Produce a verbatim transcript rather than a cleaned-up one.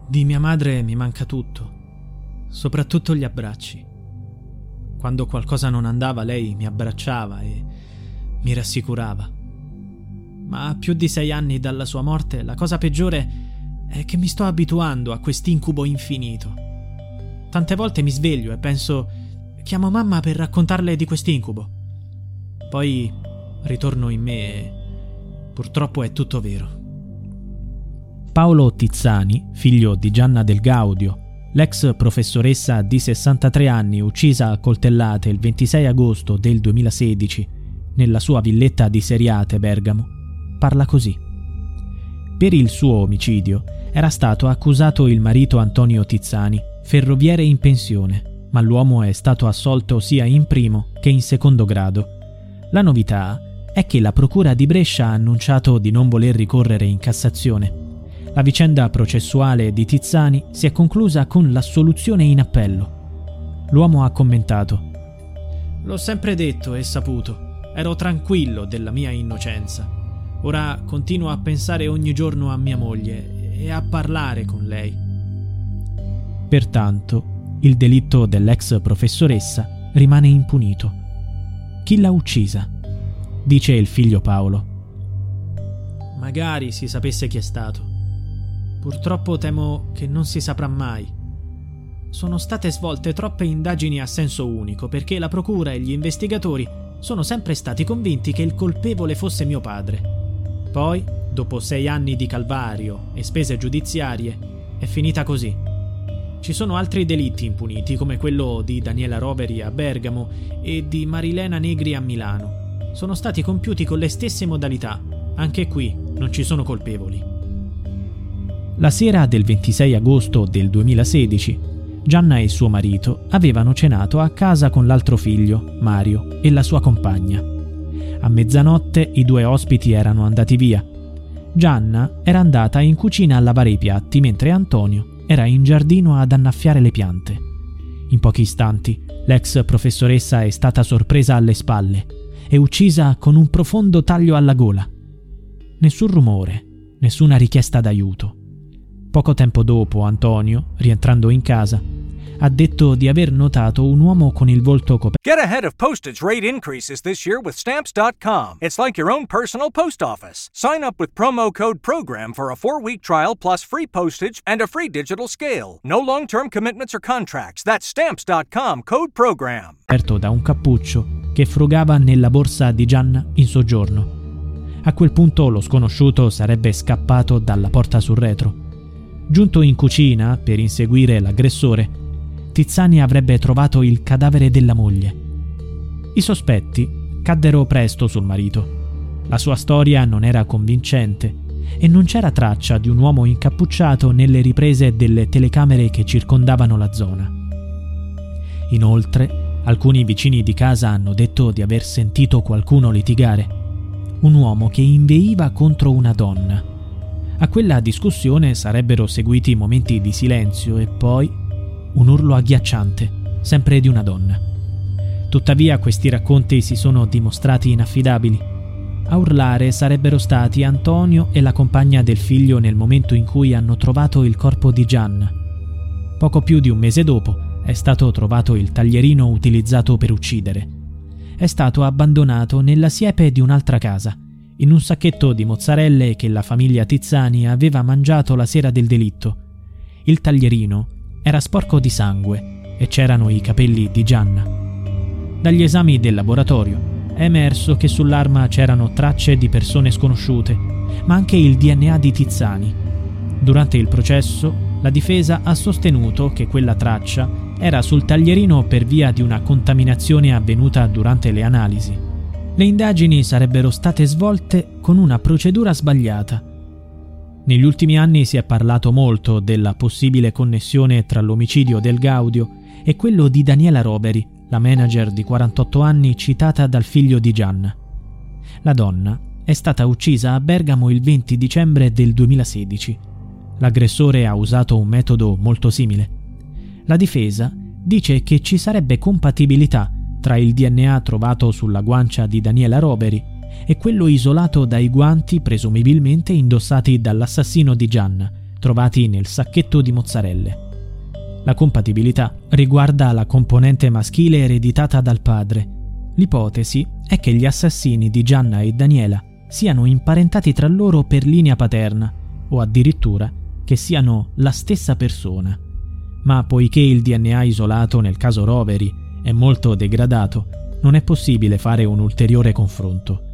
Di mia madre mi manca tutto, soprattutto gli abbracci. Quando qualcosa non andava, lei mi abbracciava e mi rassicurava. Ma a più di sei anni dalla sua morte, la cosa peggiore è che mi sto abituando a quest'incubo infinito. Tante volte mi sveglio e penso: chiamo mamma per raccontarle di quest'incubo. Poi ritorno in me e purtroppo è tutto vero. Paolo Tizzani, figlio di Gianna Del Gaudio, l'ex professoressa di sessantatré anni uccisa a coltellate il ventisei agosto del duemilasedici nella sua villetta di Seriate, Bergamo, parla così. Per il suo omicidio era stato accusato il marito Antonio Tizzani, ferroviere in pensione, ma l'uomo è stato assolto sia in primo che in secondo grado. La novità è che la procura di Brescia ha annunciato di non voler ricorrere in Cassazione. La vicenda processuale di Tizzani si è conclusa con l'assoluzione in appello. L'uomo ha commentato: «L'ho sempre detto e saputo, ero tranquillo della mia innocenza. Ora continuo a pensare ogni giorno a mia moglie e a parlare con lei». Pertanto, il delitto dell'ex professoressa rimane impunito. Chi l'ha uccisa? Dice il figlio Paolo. «Magari si sapesse chi è stato. Purtroppo temo che non si saprà mai. Sono state svolte troppe indagini a senso unico perché la procura e gli investigatori sono sempre stati convinti che il colpevole fosse mio padre. Poi, dopo sei anni di calvario e spese giudiziarie, è finita così. Ci sono altri delitti impuniti come quello di Daniela Roveri a Bergamo e di Marilena Negri a Milano. Sono stati compiuti con le stesse modalità. Anche qui non ci sono colpevoli». La sera del ventisei agosto del duemilasedici, Gianna e suo marito avevano cenato a casa con l'altro figlio, Mario, e la sua compagna. A mezzanotte i due ospiti erano andati via. Gianna era andata in cucina a lavare i piatti, mentre Antonio era in giardino ad annaffiare le piante. In pochi istanti, l'ex professoressa è stata sorpresa alle spalle e uccisa con un profondo taglio alla gola. Nessun rumore, nessuna richiesta d'aiuto. Poco tempo dopo, Antonio, rientrando in casa, ha detto di aver notato un uomo con il volto coperto. Get ahead of postage rate increases this year with Stamps dot com. It's like your own personal post office. Sign up with promo code PROGRAM for a four-week trial plus free postage and a free digital scale. No long-term commitments or contracts. That's Stamps dot com, code PROGRAM. Da un cappuccio che frugava nella borsa di Gianna in soggiorno. A quel punto lo sconosciuto sarebbe scappato dalla porta sul retro. Giunto in cucina per inseguire l'aggressore, Tizzani avrebbe trovato il cadavere della moglie. I sospetti caddero presto sul marito. La sua storia non era convincente e non c'era traccia di un uomo incappucciato nelle riprese delle telecamere che circondavano la zona. Inoltre, alcuni vicini di casa hanno detto di aver sentito qualcuno litigare. Un uomo che inveiva contro una donna. A quella discussione sarebbero seguiti momenti di silenzio e poi un urlo agghiacciante, sempre di una donna. Tuttavia questi racconti si sono dimostrati inaffidabili. A urlare sarebbero stati Antonio e la compagna del figlio nel momento in cui hanno trovato il corpo di Gianna. Poco più di un mese dopo è stato trovato il taglierino utilizzato per uccidere. È stato abbandonato nella siepe di un'altra casa, in un sacchetto di mozzarelle che la famiglia Tizzani aveva mangiato la sera del delitto. Il taglierino era sporco di sangue e c'erano i capelli di Gianna. Dagli esami del laboratorio è emerso che sull'arma c'erano tracce di persone sconosciute, ma anche il D N A di Tizzani. Durante il processo, la difesa ha sostenuto che quella traccia era sul taglierino per via di una contaminazione avvenuta durante le analisi. Le indagini sarebbero state svolte con una procedura sbagliata. Negli ultimi anni si è parlato molto della possibile connessione tra l'omicidio del Gaudio e quello di Daniela Roveri, la manager di quarantotto anni citata dal figlio di Gianna. La donna è stata uccisa a Bergamo il venti dicembre del duemilasedici. L'aggressore ha usato un metodo molto simile. La difesa dice che ci sarebbe compatibilità tra il D N A trovato sulla guancia di Daniela Roveri e quello isolato dai guanti presumibilmente indossati dall'assassino di Gianna, trovati nel sacchetto di mozzarelle. La compatibilità riguarda la componente maschile ereditata dal padre. L'ipotesi è che gli assassini di Gianna e Daniela siano imparentati tra loro per linea paterna, o addirittura che siano la stessa persona. Ma poiché il D N A isolato nel caso Roveri è molto degradato, non è possibile fare un ulteriore confronto.